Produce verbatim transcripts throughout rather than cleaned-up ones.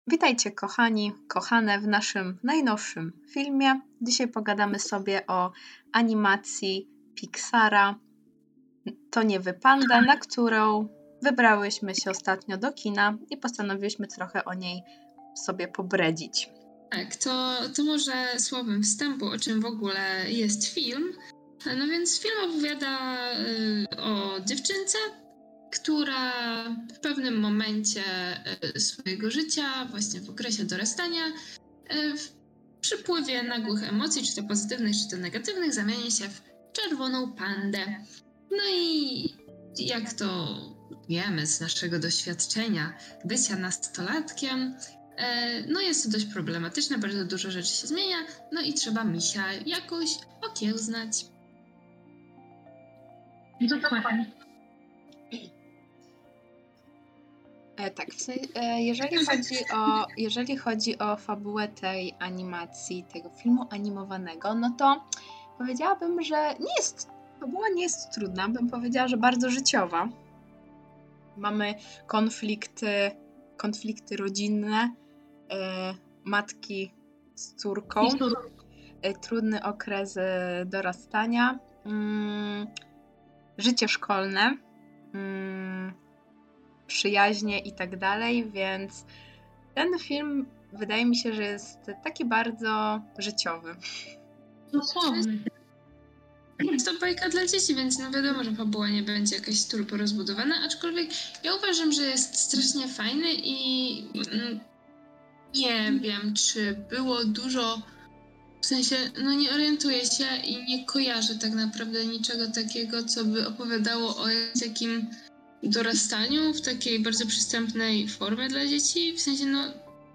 Witajcie kochani, kochane w naszym najnowszym filmie. Dzisiaj pogadamy sobie o animacji Pixara To nie wy Panda, na którą wybrałyśmy się ostatnio do kina i postanowiłyśmy trochę o niej sobie pobredzić. Tak, to, to może słowem wstępu, o czym w ogóle jest film. No więc film opowiada y, o dziewczynce, która w pewnym momencie y, swojego życia, właśnie w okresie dorastania, y, w przypływie nagłych emocji, czy to pozytywnych, czy to negatywnych, zamieni się w czerwoną pandę. No i jak to wiemy z naszego doświadczenia bycia nastolatkiem, no jest to dość problematyczne, bardzo dużo rzeczy się zmienia, no i trzeba misia jakoś okiełznać. Dokładnie. E, tak, w sensie, e, jeżeli chodzi o, jeżeli chodzi o fabułę tej animacji, tego filmu animowanego, no to powiedziałabym, że nie jest, fabuła nie jest trudna, bym powiedziała, że bardzo życiowa. Mamy konflikty, konflikty rodzinne, e, matki z córką, e, trudny okres e, dorastania, mm, życie szkolne, mm, przyjaźnie i tak dalej, więc ten film wydaje mi się, że jest taki bardzo życiowy. Dosłownie. To bajka dla dzieci, więc no wiadomo, że fabuła nie będzie jakaś turbo rozbudowana, aczkolwiek ja uważam, że jest strasznie fajny i mm, nie wiem, czy było dużo, w sensie, no nie orientuję się i nie kojarzę tak naprawdę niczego takiego, co by opowiadało o jakim dorastaniu w takiej bardzo przystępnej formie dla dzieci, w sensie no...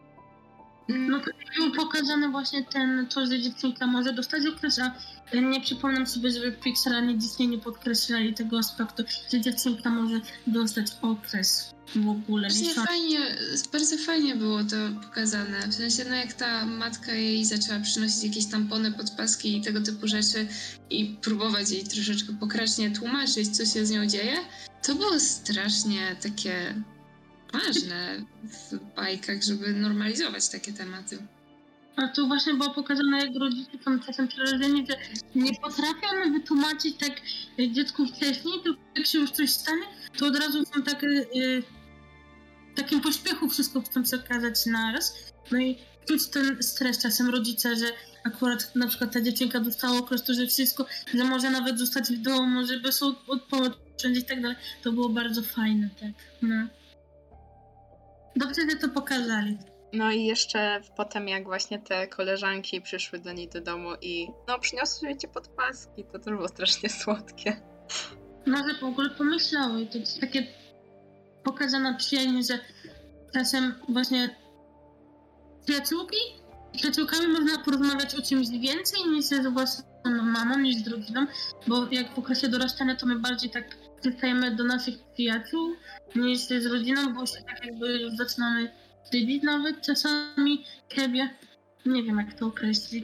No to był pokazany właśnie ten, to, że dziewczynka może dostać okres, a nie przypomnę sobie, żeby Pixar ani Disney nie podkreślali tego aspektu, że dziewczynka może dostać okres w ogóle. Właśnie fajnie, bardzo fajnie było to pokazane, w sensie no jak ta matka jej zaczęła przynosić jakieś tampony, podpaski i tego typu rzeczy i próbować jej troszeczkę pokracznie tłumaczyć, co się z nią dzieje, to było strasznie takie ważne w bajkach, żeby normalizować takie tematy. A tu właśnie było pokazane, jak rodzice są czasem przerażeni, że nie potrafią wytłumaczyć tak dziecku wcześniej, tylko jak się już coś stanie, to od razu są takie, yy, w takim pośpiechu wszystko chcą przekazać naraz. No i czuć ten stres czasem rodzica, że akurat na przykład ta dziewczynka dostała okres, to że wszystko, że może nawet zostać w domu, żeby sobie odpocząć i tak dalej. To było bardzo fajne, tak. No. Dobrze, że to pokazali. No i jeszcze potem, jak właśnie te koleżanki przyszły do niej do domu i no przyniosły ci podpaski, to też było strasznie słodkie. No, że w ogóle pomyślały. To jest takie pokazana przyjaźń, że czasem właśnie przyjaciółki, z przyjaciółkami można porozmawiać o czymś więcej niż z własną mamą, niż z rodziną, bo jak w okresie dorastania to my bardziej tak przystajemy do naszych przyjaciół niż z rodziną, bo się tak jakby już zaczynamy wstydzić nawet czasami siebie. Nie wiem, jak to określić.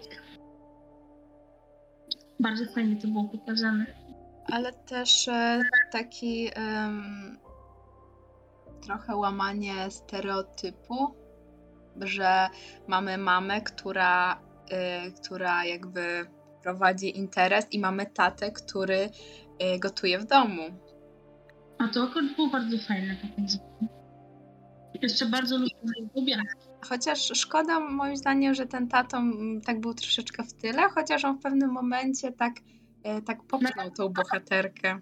Bardzo fajnie to było pokazane. Ale też e, taki um, trochę łamanie stereotypu, że mamy mamę, która, y, która jakby prowadzi interes i mamy tatę, który y, gotuje w domu. A to akurat było bardzo fajne. Jeszcze bardzo lubię. Chociaż szkoda moim zdaniem, że ten tato tak był troszeczkę w tyle, chociaż on w pewnym momencie tak, y, tak popchnął tą bohaterkę.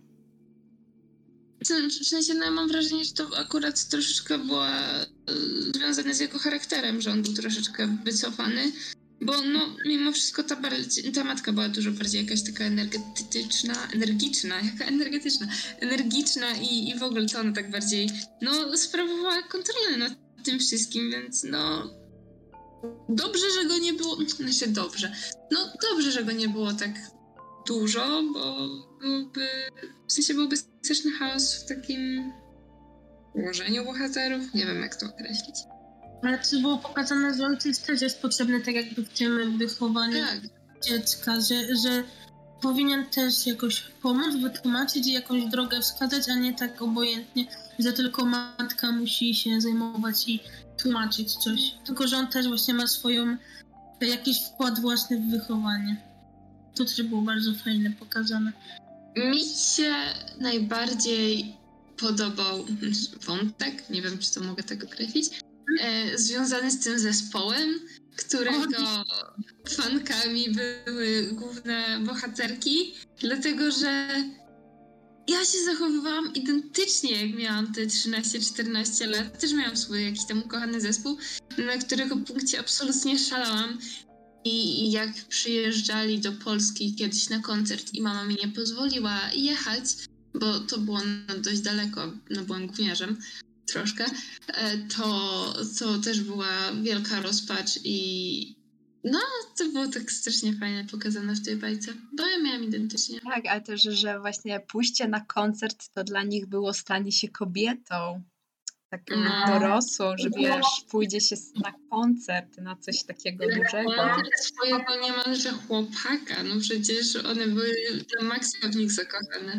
W sensie, no ja mam wrażenie, że to akurat troszeczkę było związane z jego charakterem, że on był troszeczkę wycofany, bo no mimo wszystko ta, bardziej, ta matka była dużo bardziej jakaś taka energetyczna, energiczna, jaka energetyczna, energiczna i, i w ogóle to ona tak bardziej, no sprawowała kontrolę nad tym wszystkim, więc no dobrze, że go nie było, znaczy dobrze, no dobrze, że go nie było tak dużo, bo byłby, w sensie byłby straszny chaos w takim ułożeniu bohaterów. Nie wiem, jak to określić. Ale to było pokazane, że ojciec też jest potrzebny tak jakby w tym wychowaniu tak. dziecka, że, że powinien też jakoś pomóc, wytłumaczyć i jakąś drogę wskazać, a nie tak obojętnie, że tylko matka musi się zajmować i tłumaczyć coś. Tylko, że on też właśnie ma swoją, jakiś wkład własny w wychowanie. To też było bardzo fajnie pokazane. Mi się najbardziej podobał wątek, nie wiem, czy to mogę tak określić, e, związany z tym zespołem, którego fankami były główne bohaterki, dlatego że ja się zachowywałam identycznie, jak miałam te trzynaście czternaście lat. Też miałam swój jakiś tam ukochany zespół, na którego punkcie absolutnie szalałam. I jak przyjeżdżali do Polski kiedyś na koncert i mama mi nie pozwoliła jechać, bo to było no, dość daleko, no byłam gówniarzem troszkę, to, to też była wielka rozpacz i no, to było tak strasznie fajnie pokazane w tej bajce, bo ja miałam identycznie. Tak, ale też, że właśnie pójście na koncert to dla nich było stanie się kobietą. Taką No. dorosłą, że wiesz, pójdzie się na koncert, na coś takiego dużego. Koncert swojego niemalże chłopaka, no przecież one były na maksa w nich zakochane.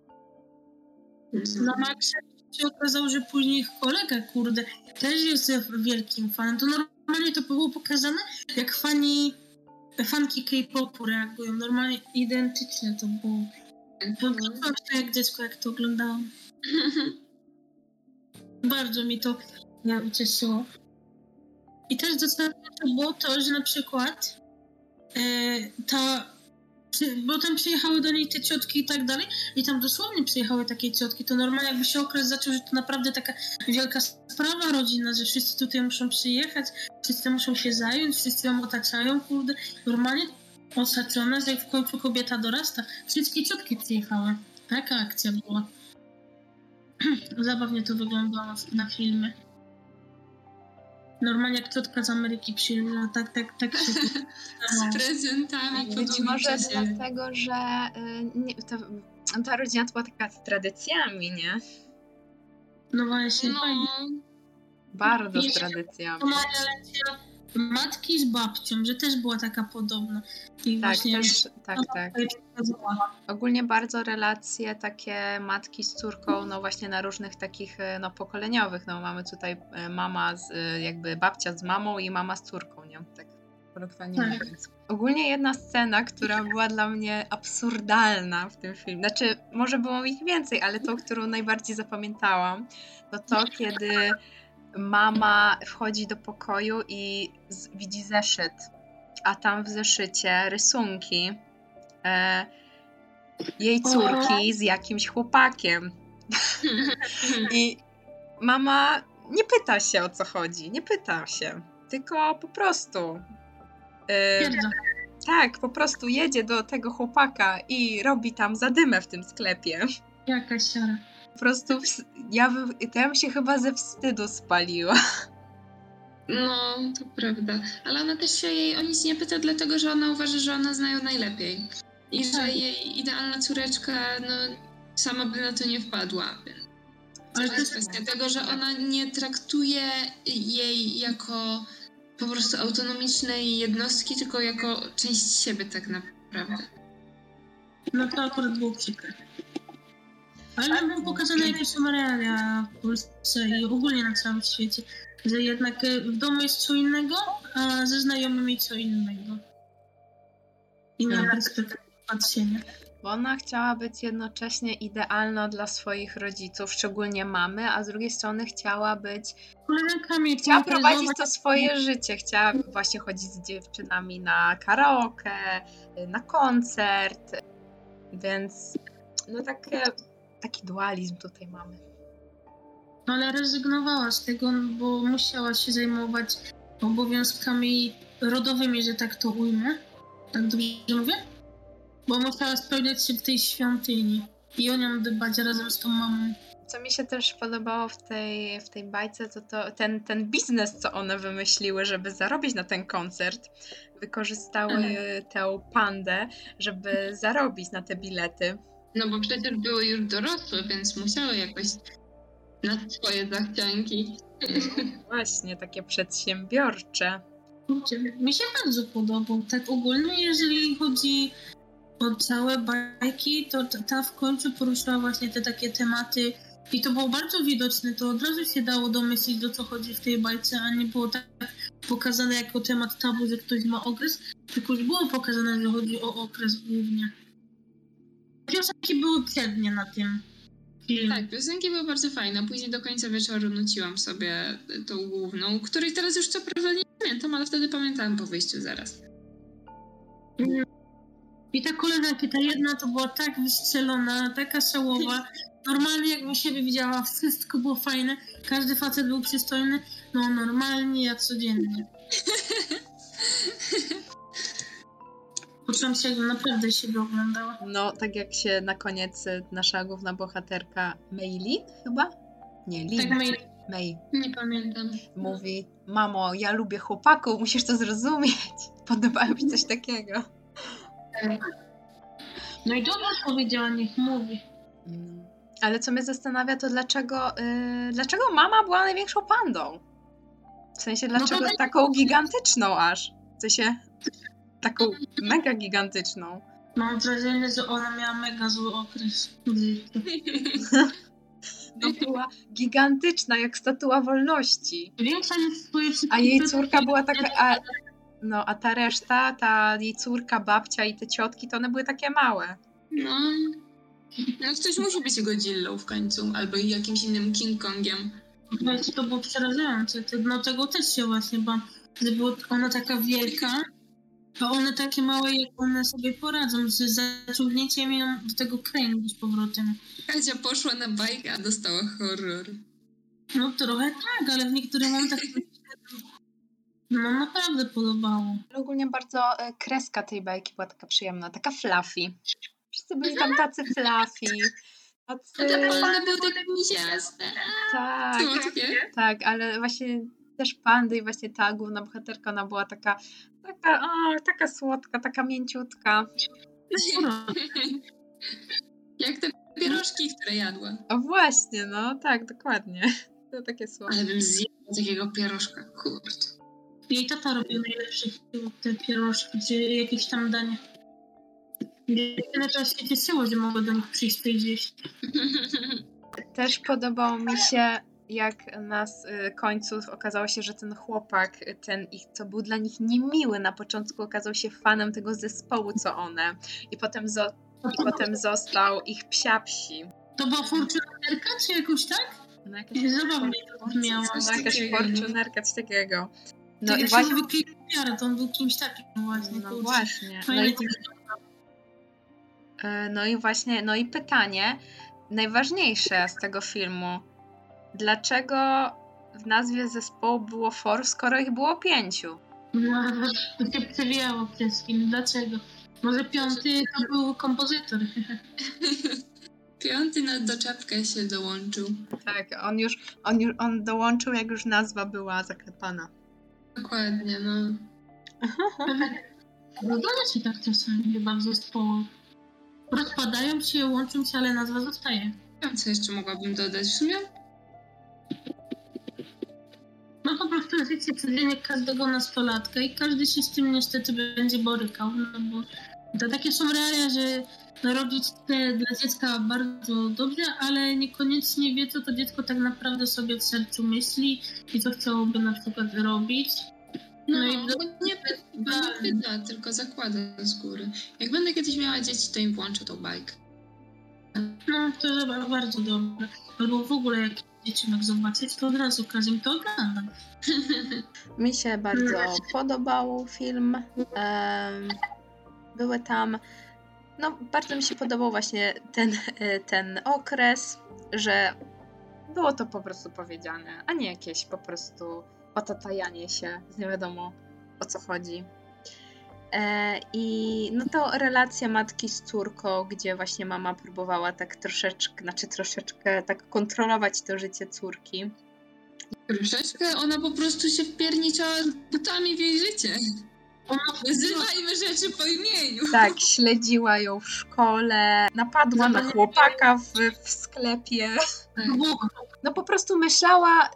Na maksa się okazało, że później ich kolega, kurde, też jest wielkim fanem. To normalnie to było pokazane, jak fani, fanki K-popu reagują. Normalnie identycznie to było. Pamiętam to jak dziecko, jak to oglądałam. Bardzo mi to mnie ucieszyło. I też zasadniczo było to, że na przykład e, ta, bo tam przyjechały do niej te ciotki i tak dalej, i tam dosłownie przyjechały takie ciotki, to normalnie jakby się okres zaczął, że to naprawdę taka wielka sprawa rodzinna, że wszyscy tutaj muszą przyjechać, wszyscy muszą się zająć, wszyscy ją otaczają, kurde, normalnie osaczone, że jak w końcu kobieta dorasta. Wszystkie ciotki przyjechały. Taka akcja była. Zabawnie to wyglądało na filmie. Normalnie jak ciotka z Ameryki przyjeżdża, tak, tak, tak się... Z prezentami. Być może dlatego, że y, nie, ta, ta rodzina to była taka z tradycjami, nie? No właśnie, no. fajnie. Bardzo I z tradycjami. To ma relacja matki z babcią, że też była taka podobna. I Tak, właśnie też, tak, tak. Ogólnie bardzo relacje takie matki z córką, no właśnie na różnych takich no pokoleniowych, no mamy tutaj mama, z, jakby babcia z mamą i mama z córką, nie? Tak kolokwialnie Tak. mówiąc. Ogólnie jedna scena, która była dla mnie absurdalna w tym filmie, znaczy może było ich więcej, ale tą, którą najbardziej zapamiętałam, to to, kiedy mama wchodzi do pokoju i z, widzi zeszyt, a tam w zeszycie rysunki e, jej córki z jakimś chłopakiem. I mama nie pyta się, o co chodzi, nie pyta się, tylko po prostu e, tak, po prostu jedzie do tego chłopaka i robi tam zadymę w tym sklepie. Jaka siara. Po prostu w, ja, to ja bym się chyba ze wstydu spaliła. No, to prawda. Ale ona też się jej o nic nie pyta, dlatego że ona uważa, że ona zna ją najlepiej. I że jej idealna córeczka, no, sama by na to nie wpadła. Ale to jest kwestia tego, że ona nie traktuje jej jako po prostu autonomicznej jednostki, tylko jako część siebie tak naprawdę. No to akurat było przykre. Ale było pokazane, jakie są realia w Polsce i ogólnie na całym świecie. Że jednak w domu jest co innego, a ze znajomymi co innego. Inna perspektywa patrzenia. Bo ona chciała być jednocześnie idealna dla swoich rodziców, szczególnie mamy, a z drugiej strony chciała być... Koleżankami chciała prowadzić to swoje życie. Chciała właśnie chodzić z dziewczynami na karaoke, na koncert. Więc no takie, taki dualizm tutaj mamy. Ale rezygnowała z tego, bo musiała się zajmować obowiązkami rodowymi, że tak to ujmę. Tak dobrze mówię? Bo musiała spełniać się w tej świątyni i o nią dbać razem z tą mamą. Co mi się też podobało w tej, w tej bajce, to, to ten, ten biznes, co one wymyśliły, żeby zarobić na ten koncert. Wykorzystały mhm. tę pandę, żeby zarobić na te bilety. No bo przecież były już dorosłe, więc musiały jakoś na swoje zachcianki. No, właśnie, takie przedsiębiorcze. Mi się bardzo podobał. Tak ogólnie, jeżeli chodzi bo całe bajki, to ta- ta w końcu poruszyła właśnie te takie tematy i to było bardzo widoczne, to od razu się dało domyślić, o co chodzi w tej bajce, a nie było tak pokazane jako temat tabu, że ktoś ma okres, tylko już było pokazane, że chodzi o okres głównie. Piosenki były przednie na tym filmie. Tak, piosenki były bardzo fajne. Później do końca wieczoru nuciłam sobie tą główną, której teraz już co prawda nie pamiętam, ale wtedy pamiętałam po wyjściu zaraz. I ta koleżanka, ta jedna to była tak wystrzelona, taka szałowa. Normalnie jakby siebie widziała, wszystko było fajne, każdy facet był przystojny, no normalnie jak codziennie. Poczułam się, jakby naprawdę siebie oglądała. No, tak jak się na koniec y, nasza główna bohaterka Mei chyba? Nie, Lin. Tak my... Mei Nie pamiętam. mówi: mamo, ja lubię chłopaków, musisz to zrozumieć. Podobało mi coś takiego. No i dobrze powiedziała, niech mówi. Mm. Ale co mnie zastanawia, to dlaczego, yy, dlaczego mama była największą pandą? W sensie, dlaczego No to- taką gigantyczną aż? W sensie, taką mega gigantyczną. Mam wrażenie, że ona miała mega zły okres w życiu. No była gigantyczna, jak statua wolności. Większa niż swoje wszystkie... A jej córka była taka... A, no, a ta reszta, ta jej córka, babcia i te ciotki, to one były takie małe. No, no ktoś musi być Godzillą w końcu, albo jakimś innym King Kongiem. Więc to było przerażające. To- No tego też się właśnie bałam, że była ona taka wielka, a one takie małe, jak one sobie poradzą, że zaciągnięciem ją do tego kręgu z powrotem. Kazia poszła na bajkę, a dostała horror. No trochę tak, ale w niektórych momentach no naprawdę podobało. Ale ogólnie bardzo e, kreska tej bajki była taka przyjemna, taka fluffy. Wszyscy byli tam tacy fluffy. Tacy... One były takie misiaste. Tak, Słodkie. tak, ale właśnie też pandy i właśnie ta główna bohaterka, ona była taka, taka, o, taka słodka, taka mięciutka. Jak te pierożki, które jadła. O właśnie, no tak, dokładnie. To takie słodkie. Ale bym zjadła takiego pierożka, kurde. Jej tata robił najlepsze chyba te pierożki, czy jakieś tam dania. Tyle czas się cieszyło, że mogło do nich przyjść to i zjeść. Też podobało mi się, jak na s- y, końcu okazało się, że ten chłopak, y, ten ich, co był dla nich niemiły na początku, okazał się fanem tego zespołu, co one. I potem, zo- i potem został ich psiapsi. To była fortunerka, czy jakoś tak? No jakaś, Zabawnie to brzmiało. no, jakaś takiego. fortunerka, coś takiego. No Tak i jak właśnie... się mówi Kate to on był kimś takim właśnie, No kurczę. właśnie. No Fajnie i, to wyglądało. e, no i właśnie, no i pytanie najważniejsze z tego filmu. Dlaczego w nazwie zespołu było four, skoro ich było pięciu? No, to się przewijało przez film. Dlaczego? Może piąty to był kompozytor. Piąty na doczepkę się dołączył. Tak, on już, on już on dołączył, jak już nazwa była zaklepana. Dokładnie, no. Wygląda się tak czasami chyba w zespołach. Rozpadają się, łączą się, ale nazwa zostaje. A co jeszcze mogłabym dodać? W sumie No po prostu życie codziennie każdego nastolatka i każdy się z tym niestety będzie borykał, no bo to takie są realia, że rodzic chce dla dziecka bardzo dobrze, ale niekoniecznie wie, co to dziecko tak naprawdę sobie w sercu myśli i co chciałoby na przykład robić. No, No i bo nie, py- bo nie pyta, tylko zakłada z góry. Jak będę kiedyś miała dzieci, to im włączę tą bajkę. No to za- bardzo dobre. Albo w ogóle jak dzieci jak zobaczyć, to od razu każdy to ogląda. Mi się bardzo podobał film. Em, były tam... No, bardzo mi się podobał właśnie ten, e, ten okres, że było to po prostu powiedziane, a nie jakieś po prostu otatajanie się, z nie wiadomo o co chodzi. E, I no to relacja matki z córką, gdzie właśnie mama próbowała tak troszeczkę, znaczy troszeczkę tak kontrolować to życie córki. Troszeczkę ona po prostu się wpierniczała butami w jej życie. Nazywajmy rzeczy po imieniu. Tak, śledziła ją w szkole, napadła na chłopaka w, w sklepie. No po prostu myślała,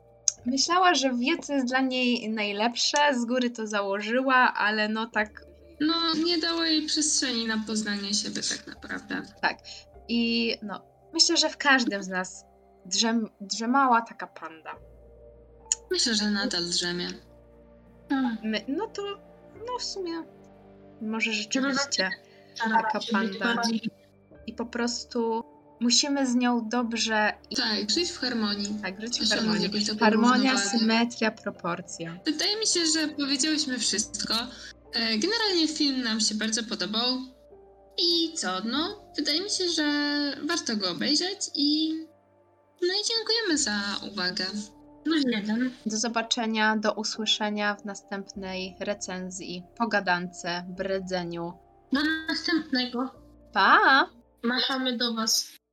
myślała, że wie, co jest dla niej najlepsze, z góry to założyła, ale no tak no nie dało jej przestrzeni na poznanie siebie tak naprawdę. Tak. I no, myślę, że w każdym z nas drzem, drzemała taka panda. Myślę, że nadal drzemie. My, no to, no w sumie, może rzeczywiście Taka taka panda. I po prostu musimy z nią dobrze... Tak, żyć w harmonii. Tak, żyć w Osiągnąć harmonii. jakąś taką Harmonia, równowagę. symetria, proporcja. Wydaje mi się, że powiedziałyśmy wszystko. E, Generalnie film nam się bardzo podobał. I co, no, wydaje mi się, że warto go obejrzeć i no i dziękujemy za uwagę. Plus jeden. Do zobaczenia, do usłyszenia w następnej recenzji, pogadance, bredzeniu. Do następnego. Pa! Machamy do was.